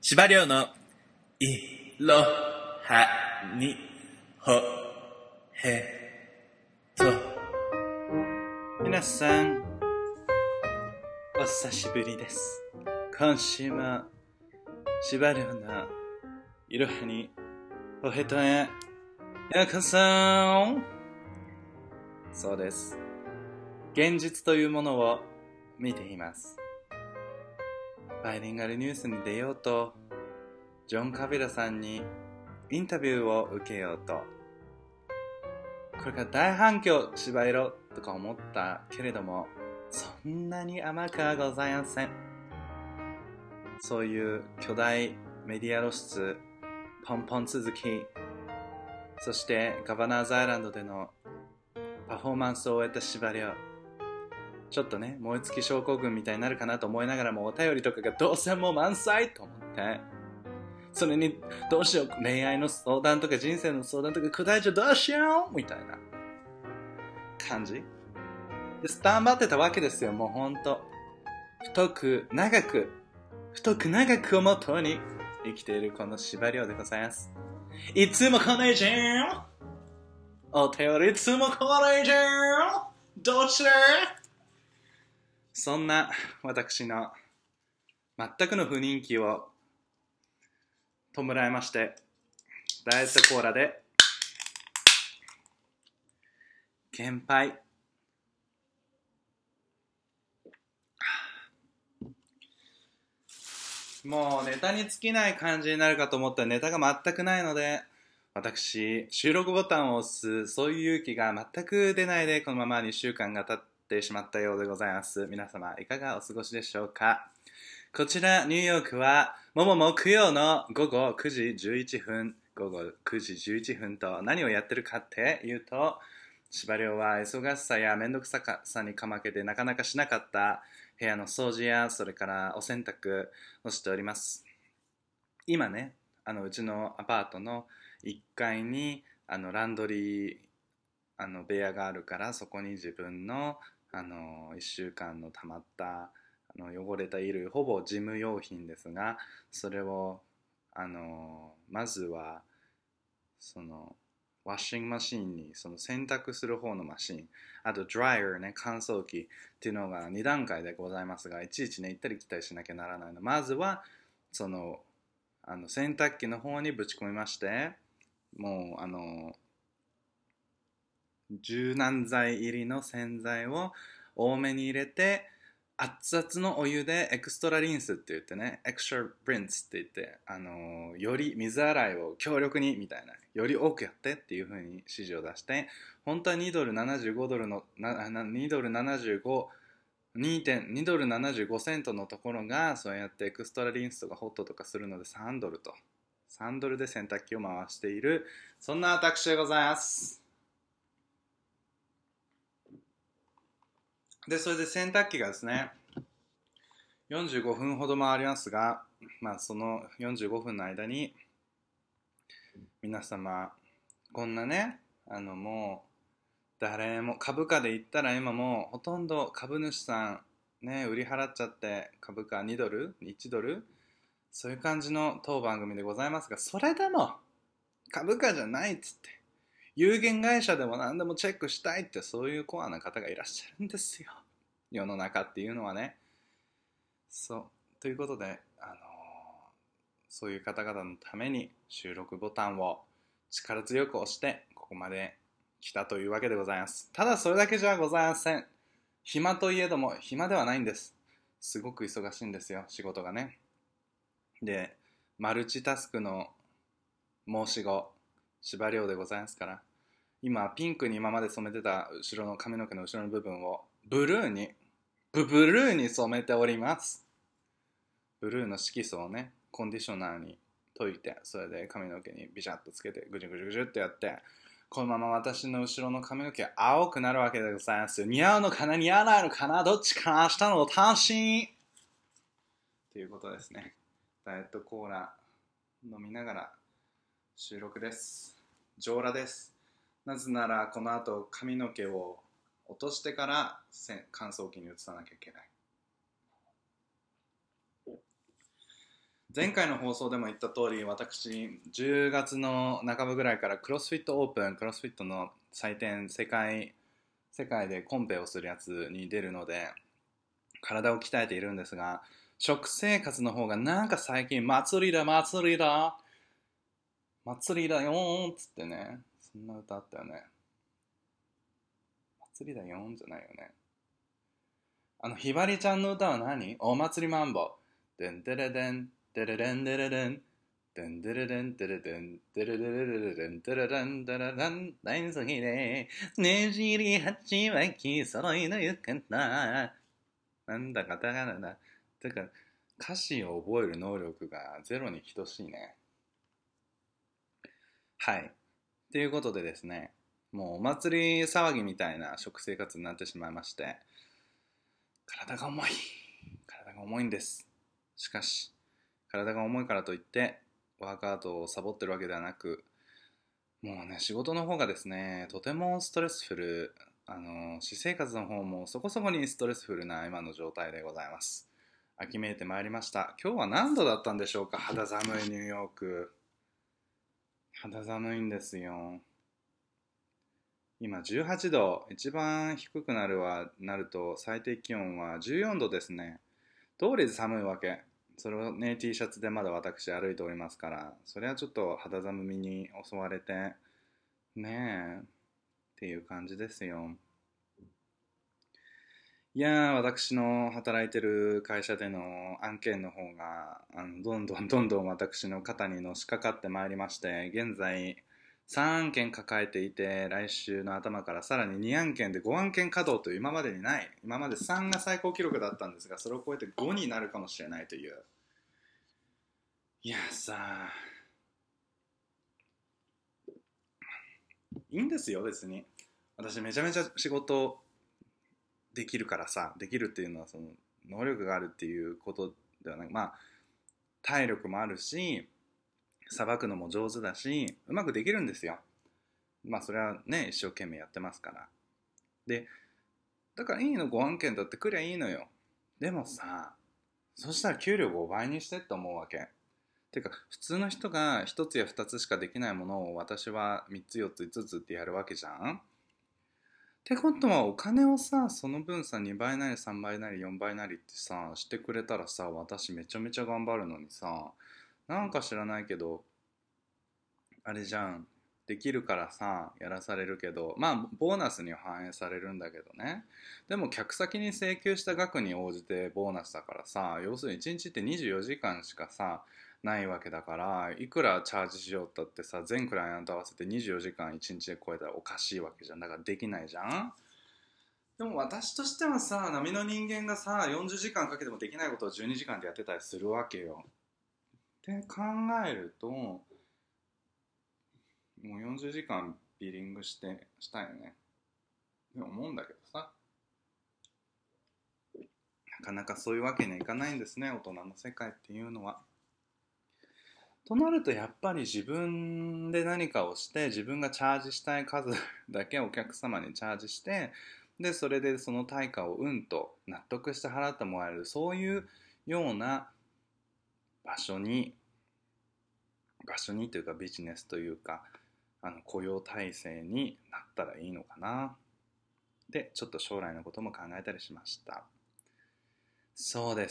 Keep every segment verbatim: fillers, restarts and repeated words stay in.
司馬遼のいろはにほへと。 皆さんお久しぶりです。今週も司馬遼のいろはにほへとへようこそ。そうです、現実というものを見ています。バイリンガルニュースに出ようと、ジョン・カビラさんにインタビューを受けようと、これが大反響しばいろとか思ったけれども、そんなに甘くはございません。そういう巨大メディア露出、ポンポン続き、そしてガバナーズアイランドでのパフォーマンスを終えた司馬遼、ちょっとね、燃え尽き症候群みたいになるかなと思いながらも、お便りとかがどうせもう満載と思って、それにどうしよう、恋愛の相談とか人生の相談とか答えちゃどうしようみたいな感じでスタンバってたわけですよ。もうほんと太く長く太く長くをもとに生きているこの司馬遼でございます。いつもこれじゃお便りいつもこれじゃどっちだ。そんな私の全くの不人気を弔いまして、ダイエットコーラで乾杯。もうネタに尽きない感じになるかと思ったらネタが全くないので、私収録ボタンを押すそういう勇気が全く出ないで、このままにしゅうかんが経ってしまったようでございます。皆様いかがお過ごしでしょうか。こちらニューヨークはもも木曜の午後くじじゅういちふん、午後くじじゅういちふんと何をやってるかっていうと、司馬遼は忙しさやめんどくささにかまけてなかなかしなかった部屋の掃除や、それからお洗濯をしております。今ね、あのうちのアパートのいっかいにあのランドリーあの部屋があるから、そこに自分のあのいっしゅうかんのたまったあの汚れた衣類、ほぼ事務用品ですが、それをあのまずはそのワッシングマシンに、その洗濯する方のマシン、あとドライヤーね、乾燥機っていうのがに段階でございますが、いちいちね行ったり来たりしなきゃならないの。まずはそのあの洗濯機の方にぶち込みまして、もうあの柔軟剤入りの洗剤を多めに入れて、熱々のお湯でエクストラリンスって言ってね、エクストラリンスって言って、あのー、より水洗いを強力にみたいな、より多くやってっていう風に指示を出して、本当はにドルななじゅうごドルのなにドルななじゅうご にてんにドルななじゅうごセントのところが、そうやってエクストラリンスとかホットとかするのでさんドルと、さんドルで洗濯機を回している、そんな私でございます。で、それで洗濯機がですね、よんじゅうごふんほど回りますが、まあそのよんじゅうごふんの間に、皆様、こんなね、あのもう、誰も、株価で言ったら今もうほとんど株主さん、ね、売り払っちゃって、株価にドル ?いち ドルそういう感じの当番組でございますが、それでも株価じゃないっつって、有限会社でも何でもチェックしたいって、そういうコアな方がいらっしゃるんですよ。世の中っていうのはね。そうということで、あのーそういう方々のために収録ボタンを力強く押してここまで来たというわけでございます。ただそれだけじゃございません。暇といえども暇ではないんです。すごく忙しいんですよ、仕事がね。で、マルチタスクの申し子、司馬遼でございますから、今ピンクに今まで染めてた後ろの髪の毛の後ろの部分をブルーにブブルーに染めております。ブルーの色素をね、コンディショナーに溶いて、それで髪の毛にビシャッとつけてぐじゅぐじゅぐじゅってやって、このまま私の後ろの髪の毛が青くなるわけでございますよ。似合うのかな似合わないのかな、どっちかな、明日のお楽しみということですね。ダイエットコーラ飲みながら収録です。上裸です。なぜならこの後髪の毛を落としてから乾燥機に移さなきゃいけない。 前回の放送でも言った通り、私じゅうがつの半ばぐらいからクロスフィットオープン、クロスフィットの祭典、世界世界でコンペをするやつに出るので体を鍛えているんですが、食生活の方がなんか最近祭りだ祭りだ祭りだよーっつってね、そんな歌あったよね。祭りだよーんじゃないよね。あのひばりちゃんの歌は何？お祭りマンボ。でんてれでんてれれんでれれんでんでれれんてれれんてれれれれれんてれれんてれれん大好きでねじり鉢巻き揃いの浴衣なんだかだからだ。てか歌詞を覚える能力がゼロに等しいね。はい。ということでですね、もうお祭り騒ぎみたいな食生活になってしまいまして、体が重い。体が重いんです。しかし、体が重いからといって、ワークアウトをサボってるわけではなく、もうね、仕事の方がですね、とてもストレスフル、あの、私生活の方もそこそこにストレスフルな今の状態でございます。秋めいてまいりました。今日は何度だったんでしょうか？肌寒いニューヨーク。肌寒いんですよ。今じゅうはちど、一番低くなるはなると最低気温はじゅうよんどですね。通りで寒いわけ。それをね、 T シャツでまだ私歩いておりますから、それはちょっと肌寒みに襲われてねえっていう感じですよ。いやー、私の働いてる会社での案件の方があのどんどんどんどん私の肩にのしかかってまいりまして、現在さんあんけん抱えていて、来週の頭からさらににあんけんでごあんけん稼働という、今までにない、今までさんが最高記録だったんですが、それを超えてごになるかもしれないという。いやさ、いいんですよ別に。私めちゃめちゃ仕事できるからさ、できるっていうのはその能力があるっていうことではなく、まあ体力もあるし、さばくのも上手だし、うまくできるんですよ。まあそれはね、一生懸命やってますから。で、だからいいの、ご案件だってくりゃいいのよ。でもさ、そしたら給料ごばいにしてって思うわけ。てか、普通の人がひとつやふたつしかできないものを私はみっつよっついつつってやるわけじゃん。ってことはお金をさ、その分さ、にばいなりさんばいなりよんばいなりってさしてくれたらさ、私めちゃめちゃ頑張るのにさ、なんか知らないけど、あれじゃん、できるからさやらされるけど、まあボーナスには反映されるんだけどね。でも客先に請求した額に応じてボーナスだからさ、要するにいちにちってにじゅうよじかんしかさないわけだから、いくらチャージしようったってさ、全クライアント合わせてにじゅうよじかんいちにちで超えたらおかしいわけじゃん。だからできないじゃん。でも私としてはさ、波の人間がさよんじゅうじかんかけてもできないことをじゅうにじかんでやってたりするわけよ。って考えると、もうよんじゅうじかんビーリングしてしたいよねって思うんだけどさ、なかなかそういうわけにはいかないんですね、大人の世界っていうのは。となるとやっぱり自分で何かをして、自分がチャージしたい数だけお客様にチャージして、でそれでその対価をうんと納得して払ってもらえる、そういうような場所に場所にというかビジネスというか、あの雇用体制になったらいいのかな。でちょっと将来のことも考えたりしました。そうです。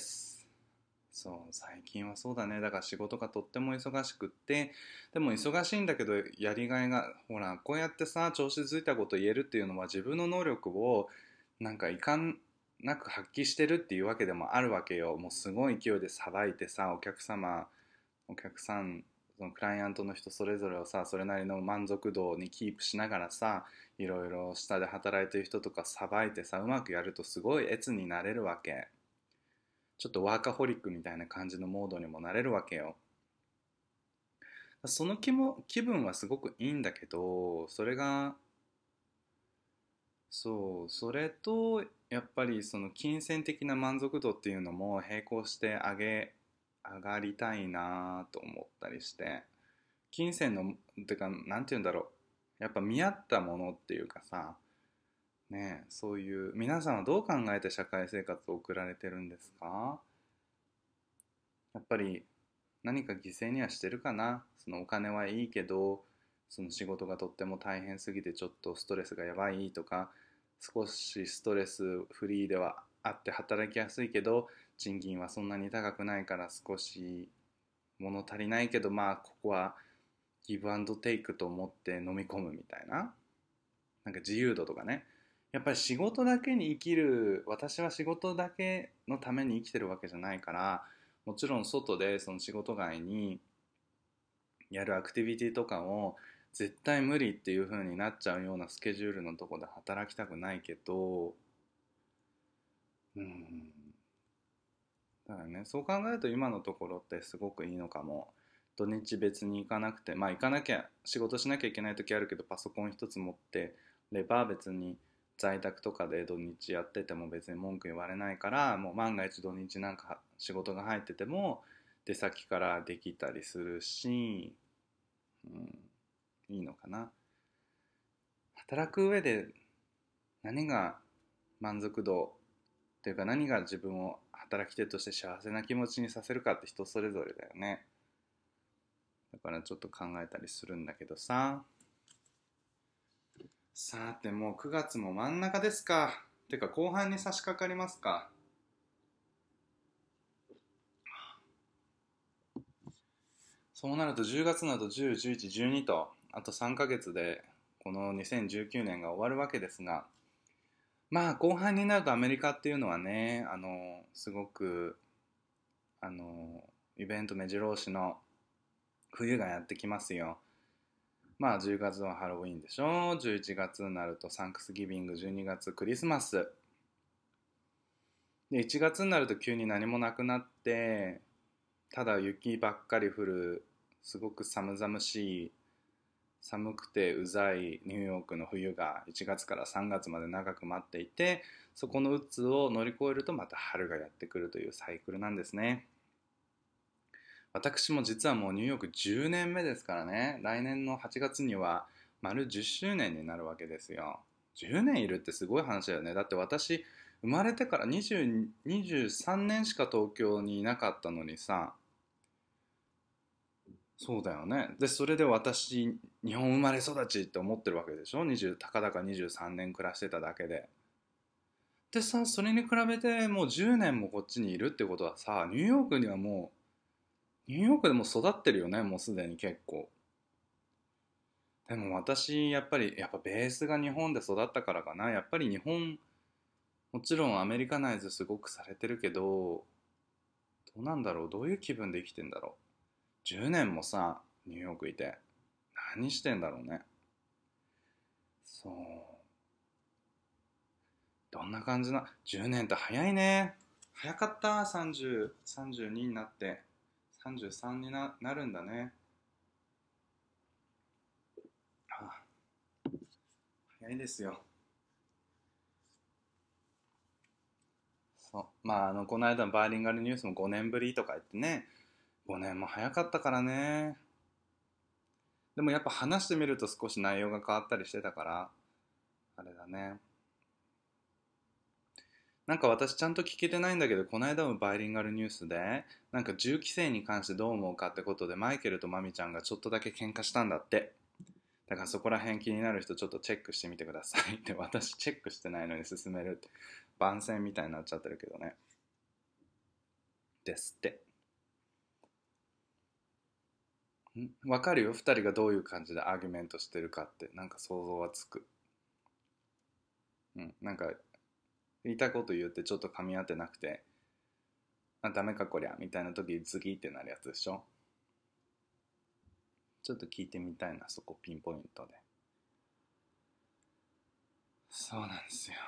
そう、最近はそうだね。だから仕事がとっても忙しくって、でも忙しいんだけどやりがいが、ほらこうやってさ調子づいたこと言えるっていうのは、自分の能力をなんかいかんなく発揮してるっていうわけでもあるわけよ。もうすごい勢いでさばいてさ、お客様お客さん、そのクライアントの人それぞれをさ、それなりの満足度にキープしながらさ、いろいろ下で働いてる人とかさばいてさ、うまくやるとすごい越になれるわけ。ちょっとワーカホリックみたいな感じのモードにもなれるわけよ。その気も気分はすごくいいんだけど、それがそうそれとやっぱりその金銭的な満足度っていうのも並行して上げ上がりたいなと思ったりして、金銭のてかなんて言うんだろう、やっぱ見合ったものっていうかさ、ねえ、そういう皆さんはどう考えて社会生活を送られてるんですか？やっぱり何か犠牲にはしてるかな。そのお金はいいけど、その仕事がとっても大変すぎてちょっとストレスがやばいとか、少しストレスフリーではあって働きやすいけど賃金はそんなに高くないから少し物足りないけど、まあここはギブアンドテイクと思って飲み込むみたいな、なんか自由度とかね。やっぱり仕事だけに生きる、私は仕事だけのために生きてるわけじゃないから、もちろん外でその仕事外にやるアクティビティとかを絶対無理っていう風になっちゃうようなスケジュールのとこで働きたくないけど、うん、だからね、そう考えると今のところってすごくいいのかも。土日別に行かなくて、まあ行かなきゃ、仕事しなきゃいけない時あるけど、パソコン一つ持ってれば別に在宅とかで土日やってても別に文句言われないから、もう万が一土日なんか仕事が入ってても出先からできたりするし、うん、いいのかな。働く上で何が満足度っていうか、何が自分を働き手として幸せな気持ちにさせるかって人それぞれだよね。だからちょっと考えたりするんだけどさ。さてもうくがつも真ん中ですか。てか後半に差し掛かりますか。そうなるとじゅうがつなどじゅう、じゅういち、じゅうにとあとさんかげつでこのにせんじゅうきゅうねんが終わるわけですが、まあ後半になるとアメリカっていうのはね、あのすごくあのイベント目白押しの冬がやってきますよ。まあじゅうがつはハロウィンでしょ。じゅういちがつになるとサンクスギビング、じゅうにがつクリスマスで、いちがつになると急に何もなくなって、ただ雪ばっかり降るすごく寒々しい、寒くてうざいニューヨークの冬がいちがつからさんがつまで長く待っていて、そこの鬱を乗り越えるとまた春がやってくるというサイクルなんですね。私も実はもうニューヨークじゅうねんめですからね。来年のはちがつには丸じゅっしゅうねんになるわけですよ。じゅうねんいるってすごい話だよね。だって私生まれてからにじゅう、にじゅうさんねんしか東京にいなかったのにさ。そうだよね。でそれで私日本生まれ育ちって思ってるわけでしょ。にじゅうたかだかにじゅうさんねん暮らしてただけで。でさ、それに比べてもうじゅうねんもこっちにいるってことはさ、ニューヨークにはもうニューヨークでも育ってるよね、もうすでに結構。でも私、やっぱり、やっぱベースが日本で育ったからかな。やっぱり日本、もちろんアメリカナイズすごくされてるけど、どうなんだろう、どういう気分で生きてんだろう。じゅうねんもさ、ニューヨークいて、何してんだろうね。そう。どんな感じな、じゅうねんって早いね。早かった、さんじゅう、さんじゅうにになって、さんじゅうさんにな、なるんだね。あ、早いですよ。そう。まあ、あの、この間のバイリンガルニュースもごねんぶりとか言ってね、ごねんも早かったからね。でもやっぱ話してみると少し内容が変わったりしてたから、あれだね。なんか私ちゃんと聞けてないんだけど、この間のバイリンガルニュースで、なんか銃規制に関してどう思うかってことで、マイケルとマミちゃんがちょっとだけ喧嘩したんだって。だからそこら辺気になる人ちょっとチェックしてみてくださいって、私チェックしてないのに進めるって、番宣みたいになっちゃってるけどね。ですって。んわかるよ、二人がどういう感じでアーギュメントしてるかって、なんか想像はつく。うん、なんか言いたいこと言ってちょっと噛み合ってなくて、あ、ダメかこりゃみたいな時ズギってなるやつでしょ。ちょっと聞いてみたいな、そこピンポイントで。そうなんですよ。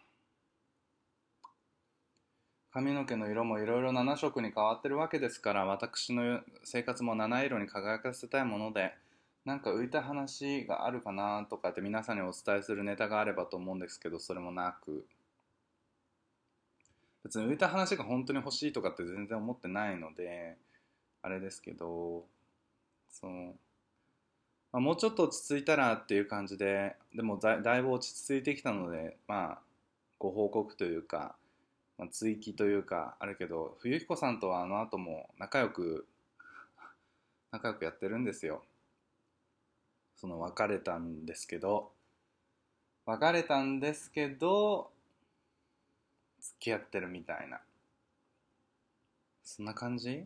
髪の毛の色もいろいろなな色に変わってるわけですから、私の生活も七色に輝かせたいもので、なんか浮いた話があるかなとかって皆さんにお伝えするネタがあればと思うんですけど、それもなく、別に浮いた話が本当に欲しいとかって全然思ってないのであれですけど、そう、まあ、もうちょっと落ち着いたらっていう感じで、でもだだいぶ落ち着いてきたので、まあご報告というか、まあ、追記というかあるけど、冬彦さんとはあの後も仲良く仲良くやってるんですよ。その別れたんですけど別れたんですけど付き合ってるみたいな、そんな感じ。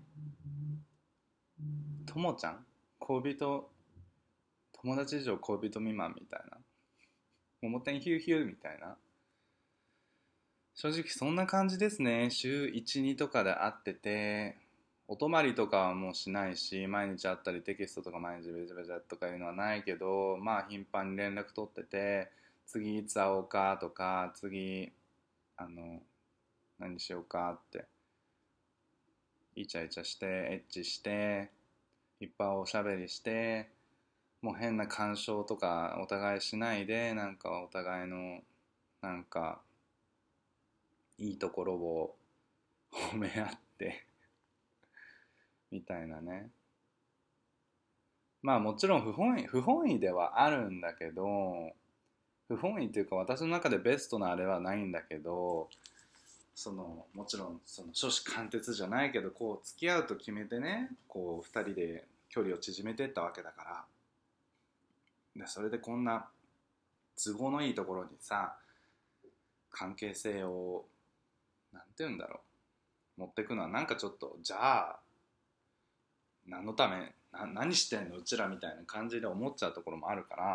ともちゃん、恋人、友達以上恋人未満みたいな、ももてんヒューヒューみたいな、正直そんな感じですね。週いち、にとかで会ってて、お泊まりとかはもうしないし、毎日会ったりテキストとか毎日ベチャベチャとかいうのはないけど、まあ頻繁に連絡取ってて、次いつ会おうかとか、次、あの、何しようかって、イチャイチャして、エッチして、いっぱいおしゃべりして、もう変な干渉とかお互いしないで、なんかお互いの、なんか、いいところを褒め合ってみたいなね。まあもちろん不本意、不本意ではあるんだけど、不本意っていうか私の中でベストなあれはないんだけど、そのもちろんその初子貫徹じゃないけど、こう付き合うと決めてね、こうふたりで距離を縮めていったわけだから、でそれでこんな都合のいいところにさ、関係性をなんて言うんだろう、持っていくのはなんかちょっと、じゃあ何のためな、何してんのうちらみたいな感じで思っちゃうところもあるから、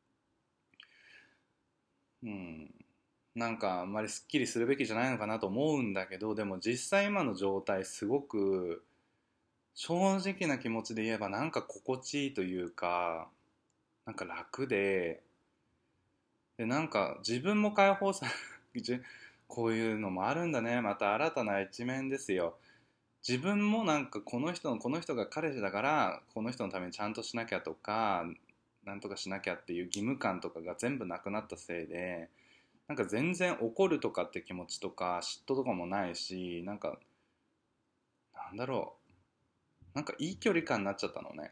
うん、なんかあんまりすっきりするべきじゃないのかなと思うんだけど、でも実際今の状態すごく正直な気持ちで言えばなんか心地いいというか、なんか楽で、でなんか自分も解放さじこういうのもあるんだね、また新たな一面ですよ。自分もなんかこの人のこの人が彼氏だからこの人のためにちゃんとしなきゃとか、なんとかしなきゃっていう義務感とかが全部なくなったせいで、なんか全然怒るとかって気持ちとか嫉妬とかもないし、なんかなんだろう、なんかいい距離感になっちゃったのね。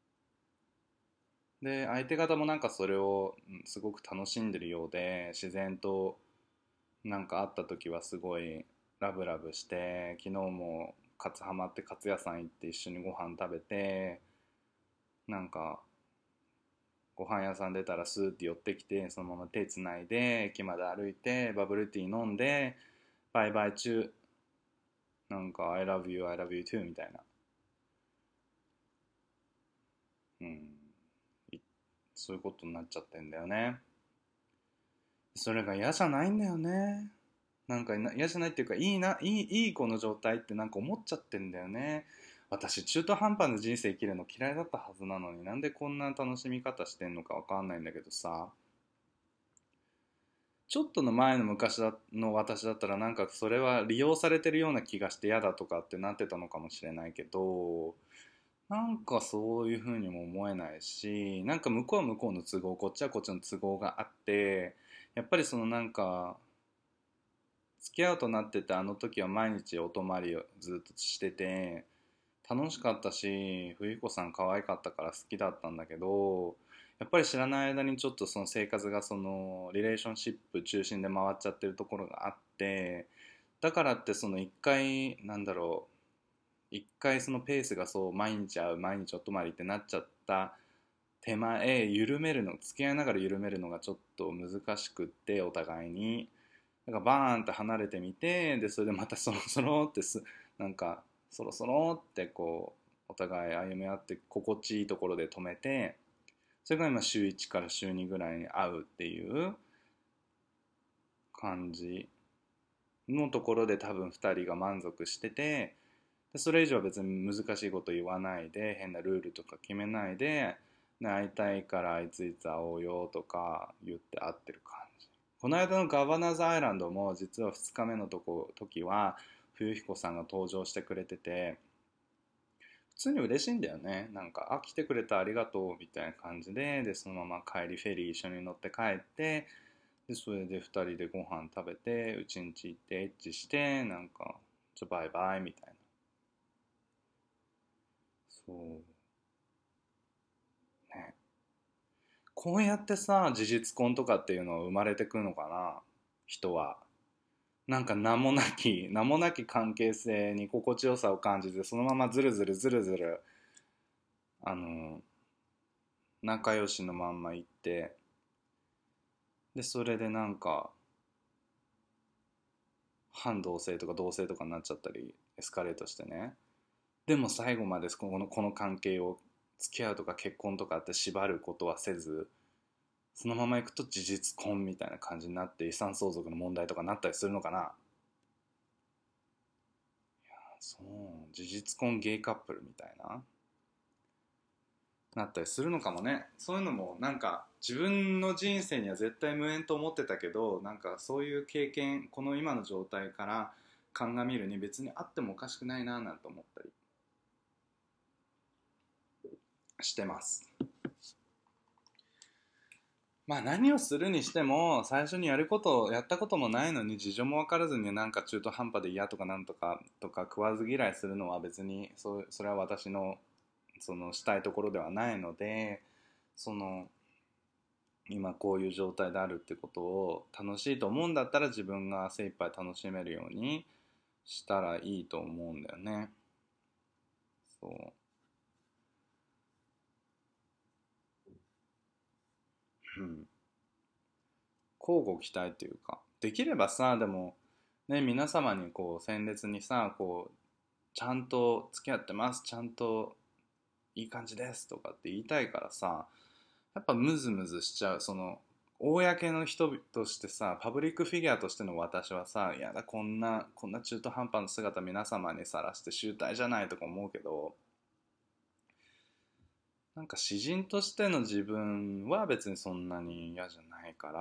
で相手方もなんかそれをうんすごく楽しんでるようで、自然となんか会った時はすごいラブラブして、昨日もカツハマってカツ屋さん行って一緒にご飯食べて、なんかご飯屋さん出たらスーって寄ってきて、そのまま手つないで駅まで歩いてバブルティー飲んで、バイバイ中、なんか I love you I love you too みたいな、うん、そういうことになっちゃってんだよね。それが嫌じゃないんだよね。なんか嫌じゃないっていうか、いいな、いい、いいこの状態ってなんか思っちゃってんだよね。私中途半端な人生生きるの嫌いだったはずなのに、なんでこんな楽しみ方してんのかわかんないんだけどさ、ちょっとの前の昔だの私だったらなんかそれは利用されてるような気がして嫌だとかってなってたのかもしれないけど、なんかそういう風にも思えないし、なんか向こうは向こうの都合、こっちはこっちの都合があって、やっぱりそのなんか付き合うとなってて、あの時は毎日お泊まりをずっとしてて楽しかったし、冬彦さん可愛かったから好きだったんだけど、やっぱり知らない間にちょっとその生活がそのリレーションシップ中心で回っちゃってるところがあって、だからってその一回なんだろう、一回そのペースがそう毎日会う毎日お泊まりってなっちゃった手前、緩めるの、付き合いながら緩めるのがちょっと難しくって、お互いに。だからバーンって離れてみて、でそれでまたそろそろってすなんかそろそろってこうお互い歩み合って心地いいところで止めて、それが今週いちから週にぐらいに会うっていう感じのところで、多分ふたりが満足してて、でそれ以上は別に難しいこと言わないで、変なルールとか決めないで、ね、会いたいからいついつ会おうよとか言って会ってる感じ。この間のガバナーズアイランドも実はふつかめのとこ時は冬彦さんが登場してくれてて、普通に嬉しいんだよね。なんか「あ、来てくれた、ありがとう」みたいな感じで、でそのまま帰りフェリー一緒に乗って帰って、でそれでふたりでご飯食べてうちんち行ってエッチして、なんかちょバイバイみたいな。そうね。こうやってさ、事実婚とかっていうのは生まれてくるのかな、人は。なんか名もなき名もなき関係性に心地よさを感じて、そのままずるずるずるずるあの仲良しのまんま行って、でそれでなんか反同性とか同性とかになっちゃったりエスカレートしてね。でも最後までこのこの関係を付き合うとか結婚とかって縛ることはせず、そのままいくと事実婚みたいな感じになって遺産相続の問題とかなったりするのかな。そう、事実婚ゲイカップルみたいななったりするのかもね。そういうのもなんか自分の人生には絶対無縁と思ってたけど、なんかそういう経験、この今の状態から鑑みるに別にあってもおかしくないななんて思ったりしてます。まあ何をするにしても最初にやることをやったこともないのに事情も分からずになんか中途半端で嫌とかなんとかとか食わず嫌いするのは別にそそれは私のそのしたいところではないので、その今こういう状態であるってことを楽しいと思うんだったら自分が精一杯楽しめるようにしたらいいと思うんだよね。そう。うん。交互期待っていうか、できればさ、でもね、皆様にこう鮮烈にさ、こうちゃんと付き合ってます、ちゃんといい感じですとかって言いたいからさ、やっぱムズムズしちゃう。その公の人としてさ、パブリックフィギュアとしての私はさ、いやだ、こんなこんな中途半端な姿皆様にさらして醜態じゃないとか思うけど、なんか詩人としての自分は別にそんなに嫌じゃないから、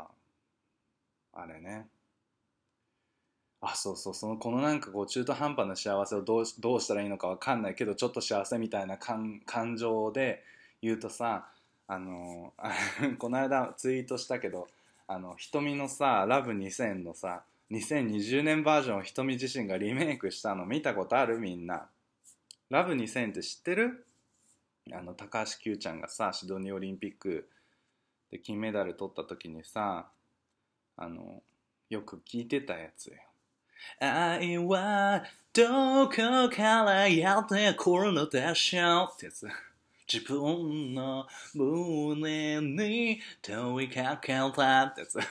あれね。あ、そうそう、そのこのなんかこう中途半端な幸せをどうし、どうしたらいいのかわかんないけどちょっと幸せみたいな感、感情で言うとさ、あのあこの間ツイートしたけど、あの瞳のさラブにせんのさにせんにじゅうねんバージョンを瞳自身がリメイクしたの見たことある？みんな。ラブにせんって知ってる？あの高橋九ちゃんがさシドニーオリンピックで金メダル取った時にさ、あのよく聞いてたやつよ。愛はどこからやってくるのでしょうってやつ。自分の胸に問いかけたってやつ。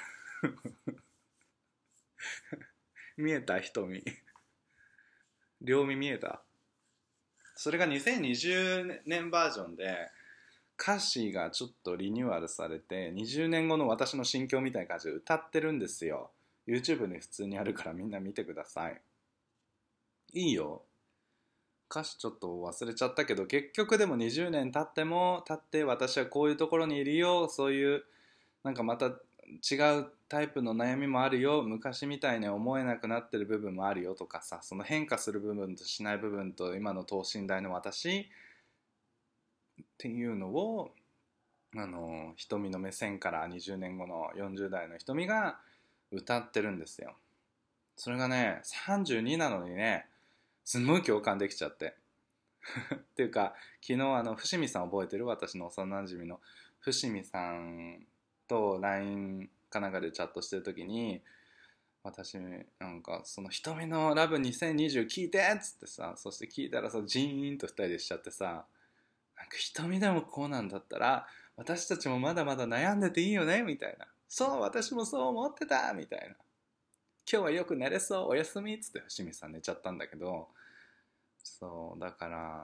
見えた？瞳。両耳見えた？それがにせんにじゅうねんバージョンで歌詞がちょっとリニューアルされてにじゅうねんごの私の心境みたいな感じで歌ってるんですよ。 YouTube に普通にあるからみんな見てください。いいよ。歌詞ちょっと忘れちゃったけど、結局でもにじゅうねん経っても経って私はこういうところにいるよ、そういうなんかまた違うタイプの悩みもあるよ、昔みたいに思えなくなってる部分もあるよとかさ、その変化する部分としない部分と今の等身大の私っていうのを、あの瞳の目線からにじゅうねんごのよんじゅう代の瞳が歌ってるんですよ。それがねさんじゅうになのにね、すんごい共感できちゃって。っていうか、昨日あの伏見さん覚えてる？私の幼馴染の伏見さんと ライン かなんかでチャットしてる時に、私なんかその「瞳のラブにせんにじゅう聞いて」っつってさ、そして聞いたらさジーンとふたりでしちゃってさ、なんか瞳でもこうなんだったら私たちもまだまだ悩んでていいよねみたいな、そう私もそう思ってたみたいな、今日はよく寝れそうおやすみっつって伏見さん寝ちゃったんだけど、そうだから、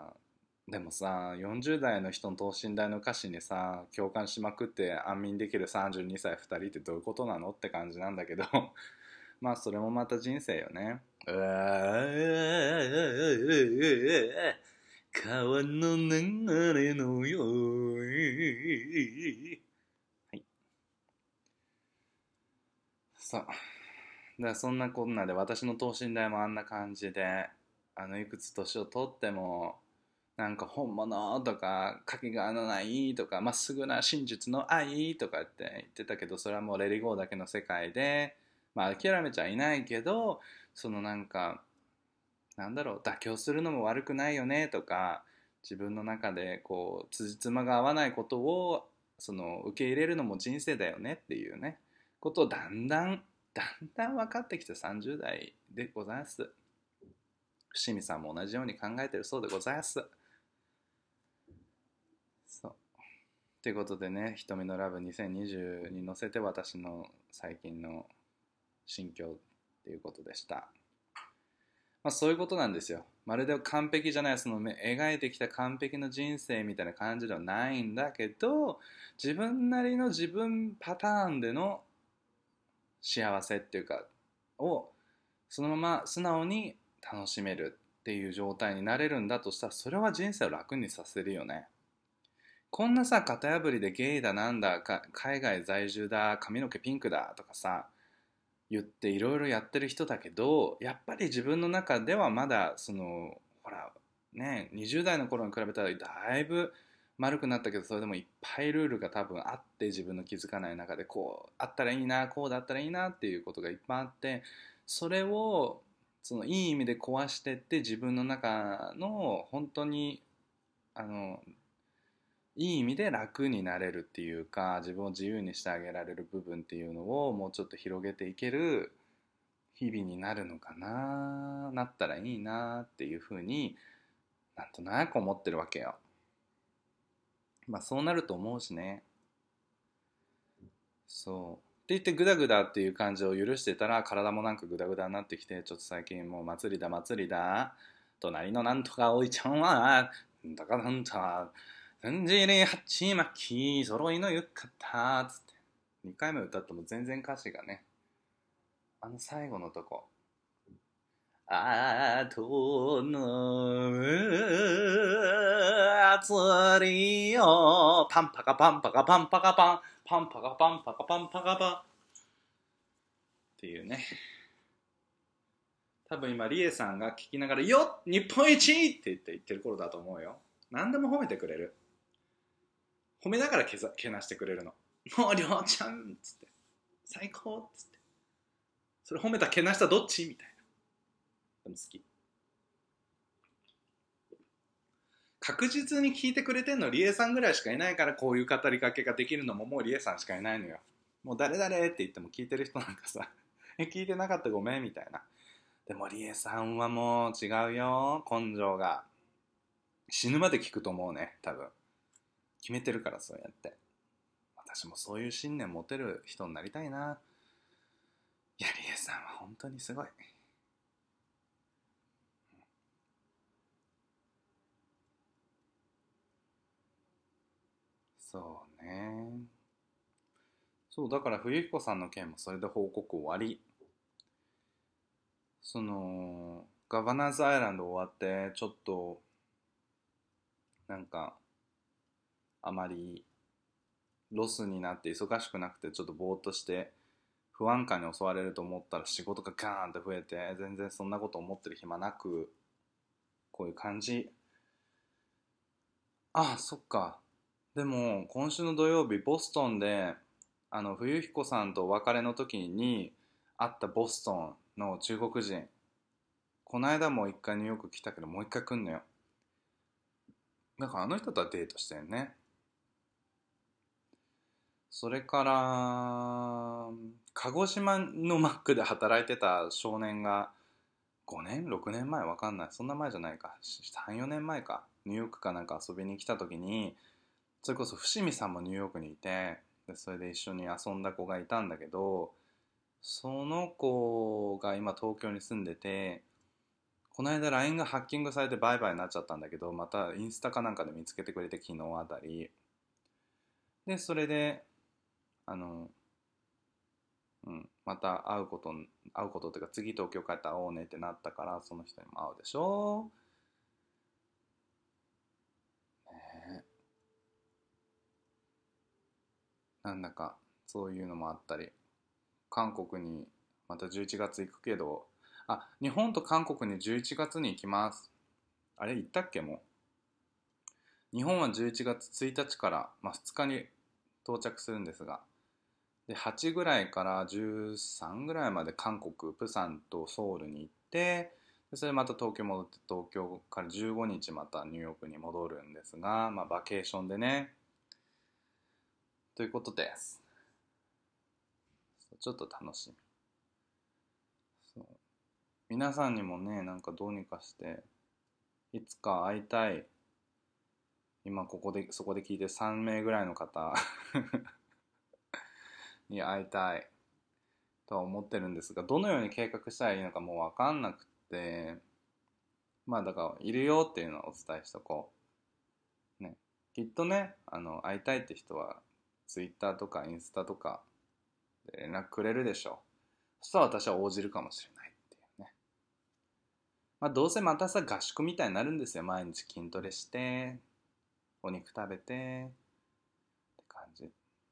でもさよんじゅう代の人の等身大の歌詞にさ共感しまくって安眠できるさんじゅうにさいふたりってどういうことなのって感じなんだけど、まあそれもまた人生よね。うわー川の流れのように、はい、さあ、だからそんなこんなで私の等身大もあんな感じで、あのいくつ年を取ってもなんか本物とかかけがえのないとかまっすぐな真実の愛とかって言ってたけど、それはもうレディゴーだけの世界で、まあ諦めちゃいないけど、そのなんかなんだろう、妥協するのも悪くないよねとか、自分の中でこう辻褄が合わないことをその受け入れるのも人生だよねっていうねことをだんだんだんだん分かってきてさんじゅう代でございます。伏見さんも同じように考えてるそうでございます。 そう。ということでね、瞳のラブにせんにじゅうに乗せて私の最近の心境っていうことでした。まあそういうことなんですよ。まるで完璧じゃない、その描いてきた完璧な人生みたいな感じではないんだけど、自分なりの自分パターンでの幸せっていうか、をそのまま素直に楽しめるっていう状態になれるんだとしたら、それは人生を楽にさせるよね。こんなさ、型破りでゲイだなんだか、海外在住だ、髪の毛ピンクだとかさ、言っていろいろやってる人だけど、やっぱり自分の中ではまだそのほらね、にじゅう代の頃に比べたらだいぶ丸くなったけど、それでもいっぱいルールが多分あって、自分の気づかない中でこうあったらいいな、こうだったらいいなっていうことがいっぱいあって、それをそのいい意味で壊してって、自分の中の本当にあのいい意味で楽になれるっていうか、自分を自由にしてあげられる部分っていうのをもうちょっと広げていける日々になるのかな、なったらいいなっていうふうになんとなく思ってるわけよ。まあそうなると思うしね。そうって言ってグダグダっていう感じを許してたら、体もなんかグダグダになってきて、ちょっと最近もう祭りだ祭りだ、隣のなんとかおいちゃんはだかなんた千じり鉢巻き揃いの浴衣つってにかいめ歌っても全然歌詞がね、あの最後のとこ、あとの祭りよパンパカパンパカパンパカパンパンパカパンパカパンパカパンっていうね。多分今リエさんが聞きながらよっ日本一って言って言ってる頃だと思うよ。何でも褒めてくれる。褒めながらけざけなしてくれるの。もうりょうちゃんっつって最高っつって、それ褒めたけなしたどっちみたいな。でも好き。確実に聞いてくれてんのリエさんぐらいしかいないから、こういう語りかけができるのももうリエさんしかいないのよ。もう誰々って言っても聞いてる人なんかさえ聞いてなかったごめんみたいな。でもリエさんはもう違うよ、根性が。死ぬまで聞くと思うね、多分。決めてるから、そうやって。私もそういう信念持てる人になりたいな。いや、リエさんは本当にすごい。そうね。そう、だから冬彦さんの件もそれで報告終わり。その、ガバナーズアイランド終わって、ちょっと、なんか、あまりロスになって忙しくなくて、ちょっとぼーっとして不安感に襲われると思ったら、仕事がガーンって増えて、全然そんなこと思ってる暇なく、こういう感じ。ああ、そっか。でも今週の土曜日ボストンで、あの冬彦さんとお別れの時に会ったボストンの中国人、この間も一回ニューヨーク来たけどもう一回来んのよ。だからあの人とはデートしてんね。それから鹿児島のマックで働いてた少年がごねんろくねんまえ、わかんない、そんな前じゃないか、さんよねんまえか、ニューヨークかなんか遊びに来た時に、それこそ伏見さんもニューヨークにいて、でそれで一緒に遊んだ子がいたんだけど、その子が今東京に住んでて、この間 ライン がハッキングされてバイバイになっちゃったんだけど、またインスタかなんかで見つけてくれて、昨日あたりで、それであの、うん、また会うこと会うことっていうか、次東京帰ったら会おうねってなったから、その人にも会うでしょ。ね、なんだかそういうのもあったり、韓国にまたじゅういちがつ行くけど、あ、日本と韓国にじゅういちがつに行きます。あれ行ったっけもう。日本はじゅういちがつついたちから、まあ、ふつかに到着するんですが、ではちぐらいからじゅうさんぐらいまで韓国プサンとソウルに行って、でそれまた東京戻って、東京からじゅうごにちまたニューヨークに戻るんですが、まあバケーションでね、ということです。ちょっと楽しみ。そう、皆さんにもね、なんかどうにかしていつか会いたい今ここでそこで聞いてさんめいぐらいの方に会いたいとは思ってるんですが、どのように計画したらいいのかもう分かんなくて、まあだからいるよっていうのをお伝えしとこうね。きっとね、あの会いたいって人はツイッターとかインスタとかで連絡くれるでしょう。そしたら私は応じるかもしれないっていうね。まあどうせまたさ合宿みたいになるんですよ。毎日筋トレしてお肉食べてって感じ。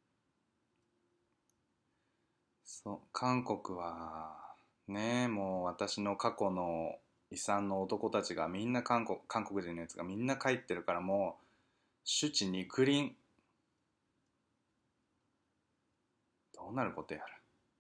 そう、韓国はね、もう私の過去の遺産の男たちがみんな韓国、韓国人のやつがみんな帰ってるから、もう朱地肉林、どうなることやら。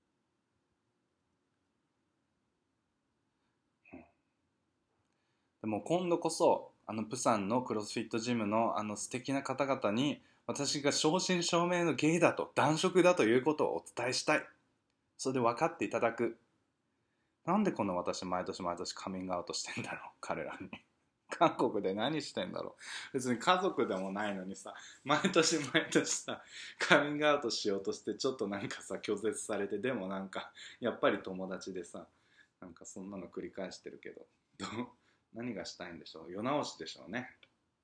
うん、でも今度こそあのプサンのクロスフィットジムのあの素敵な方々に私が正真正銘のゲイだと、男色だということをお伝えしたい。それで分かっていただく。なんでこの私毎年毎年カミングアウトしてんだろう、彼らに。韓国で何してんだろう。別に家族でもないのにさ、毎年毎年さカミングアウトしようとしてちょっとなんかさ拒絶されて、でもなんかやっぱり友達でさ、なんかそんなの繰り返してるけど、どう何がしたいんでしょう。世直しでしょうね。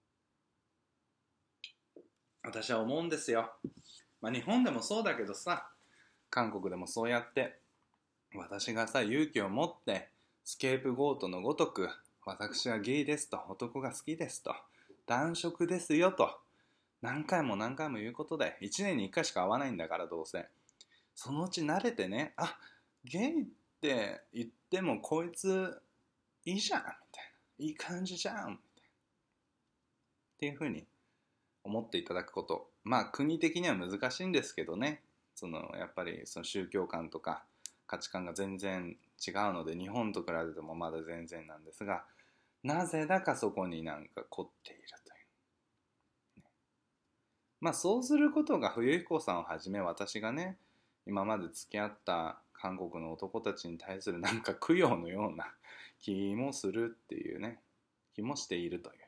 私は思うんですよ。まあ日本でもそうだけどさ、韓国でもそうやって私がさ勇気を持ってスケープゴートのごとく、私はゲイですと、男が好きですと、男色ですよと何回も何回も言うことで、いちねんにいっかいしか会わないんだから、どうせそのうち慣れてね、あ、ゲイって言ってもこいついいじゃんみたいな、いい感じじゃんみたいなっていう風に思っていただくこと。まあ国的には難しいんですけどね、そのやっぱりその宗教観とか価値観が全然違うので、日本と比べてもまだ全然なんですが、なぜだかそこになんか凝っているという、ね、まあそうすることが冬彦さんをはじめ私がね今まで付き合った韓国の男たちに対するなんか供養のような気もするっていうね、気もしているという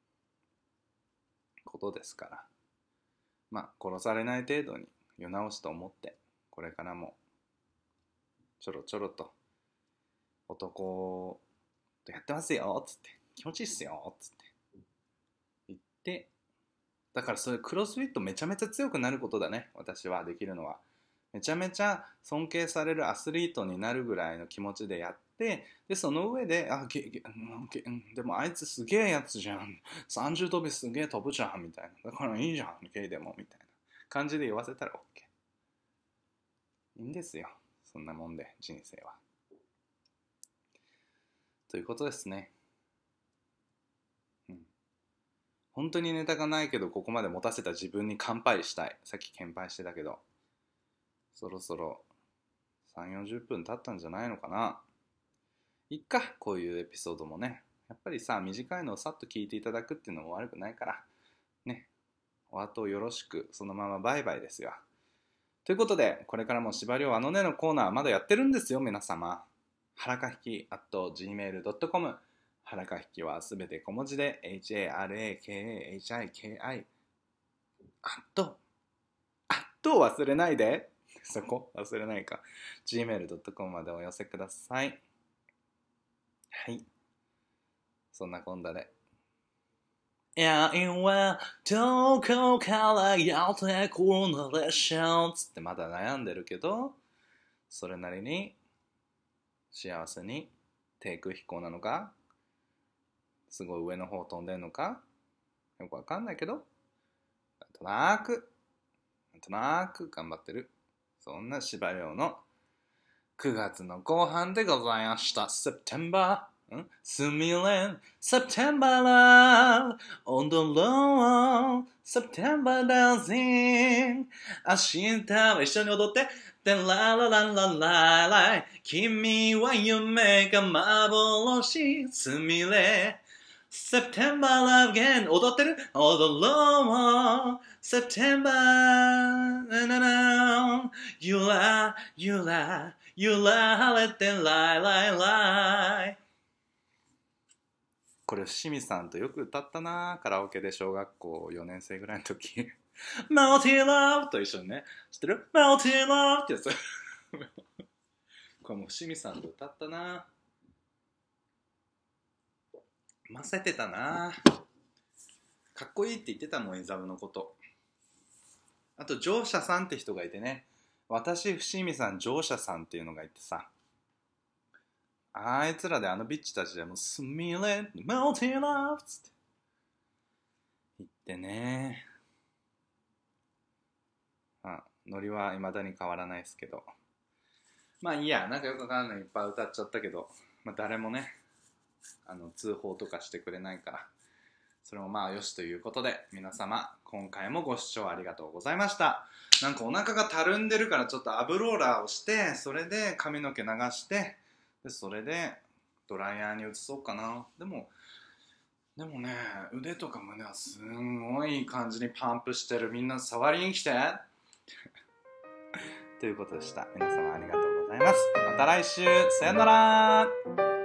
ことですから、まあ殺されない程度に世直しと思ってこれからもちょろちょろと男とやってますよっつって、気持ちいいっすよっつって言って、だからそれクロスフィットめちゃめちゃ強くなることだね、私はできるのは。めちゃめちゃ尊敬されるアスリートになるぐらいの気持ちでやって、でその上であゲゲゲでもあいつすげえやつじゃん、さんじゅう跳びすげえ飛ぶじゃんみたいな、だからいいじゃんゲイでもみたいな感じで言わせたら OK、 いいんですよ、そんなもんで人生は。ということですね。うん。本当にネタがないけどここまで持たせた自分に乾杯したい。さっき乾杯してたけど、そろそろさんじゅうよんじゅっぷん経ったんじゃないのかな。いっか、こういうエピソードもね、やっぱりさ短いのをさっと聞いていただくっていうのも悪くないからね。お後よろしく、そのままバイバイですよ。ということで、これからも司馬遼あのねのコーナーまだやってるんですよ、皆様。はらかひき アットジーメールドットコム、 はらかひきはすべて小文字で エイチエーアールエーケーエーエイチアイケーアイ、 アットアット忘れないで、そこ忘れないか、 ジーメールドットコム までお寄せください。はい、そんなこんなで、愛はどこからやってくるのでしょうつってまだ悩んでるけど、それなりに幸せに低空飛行なのか、すごい上の方飛んでんのかよくわかんないけど、なんとなくなんとなく頑張ってる、そんな司馬遼のくがつの後半でございました。September んすみれん September love on the road September dancing 明日は一緒に踊って、でララララララ君は夢が幻すみれ September love again 踊ってる、踊ろう September na na na ゆらゆらゆら晴れてライライライこれ伏見さんとよく歌ったな、カラオケで小学校よねん生ぐらいの時マウティーラブと一緒にね、知ってる？マウティーラブってやつこれも伏見さんと歌ったな、ませてたな、かっこいいって言ってたもん、イザムのこと。あと乗車さんって人がいてね、私伏見さん乗車さんっていうのがいてさ、あいつらであのビッチたちでもうスミレマウティーラブっつって言ってね、あ、ノリは未だに変わらないですけど、まあいいや、なんかよくわかんないいっぱい歌っちゃったけど、まあ、誰もねあの通報とかしてくれないから、それもまあよしということで、皆様今回もご視聴ありがとうございました。なんかお腹がたるんでるからちょっとアブローラーをして、それで髪の毛流して、でそれでドライヤーに移そうかな。でもでもね、腕とか胸はすんごい感じにパンプしてる。みんな触りに来てということでした。皆様ありがとうございます。また来週、さよなら。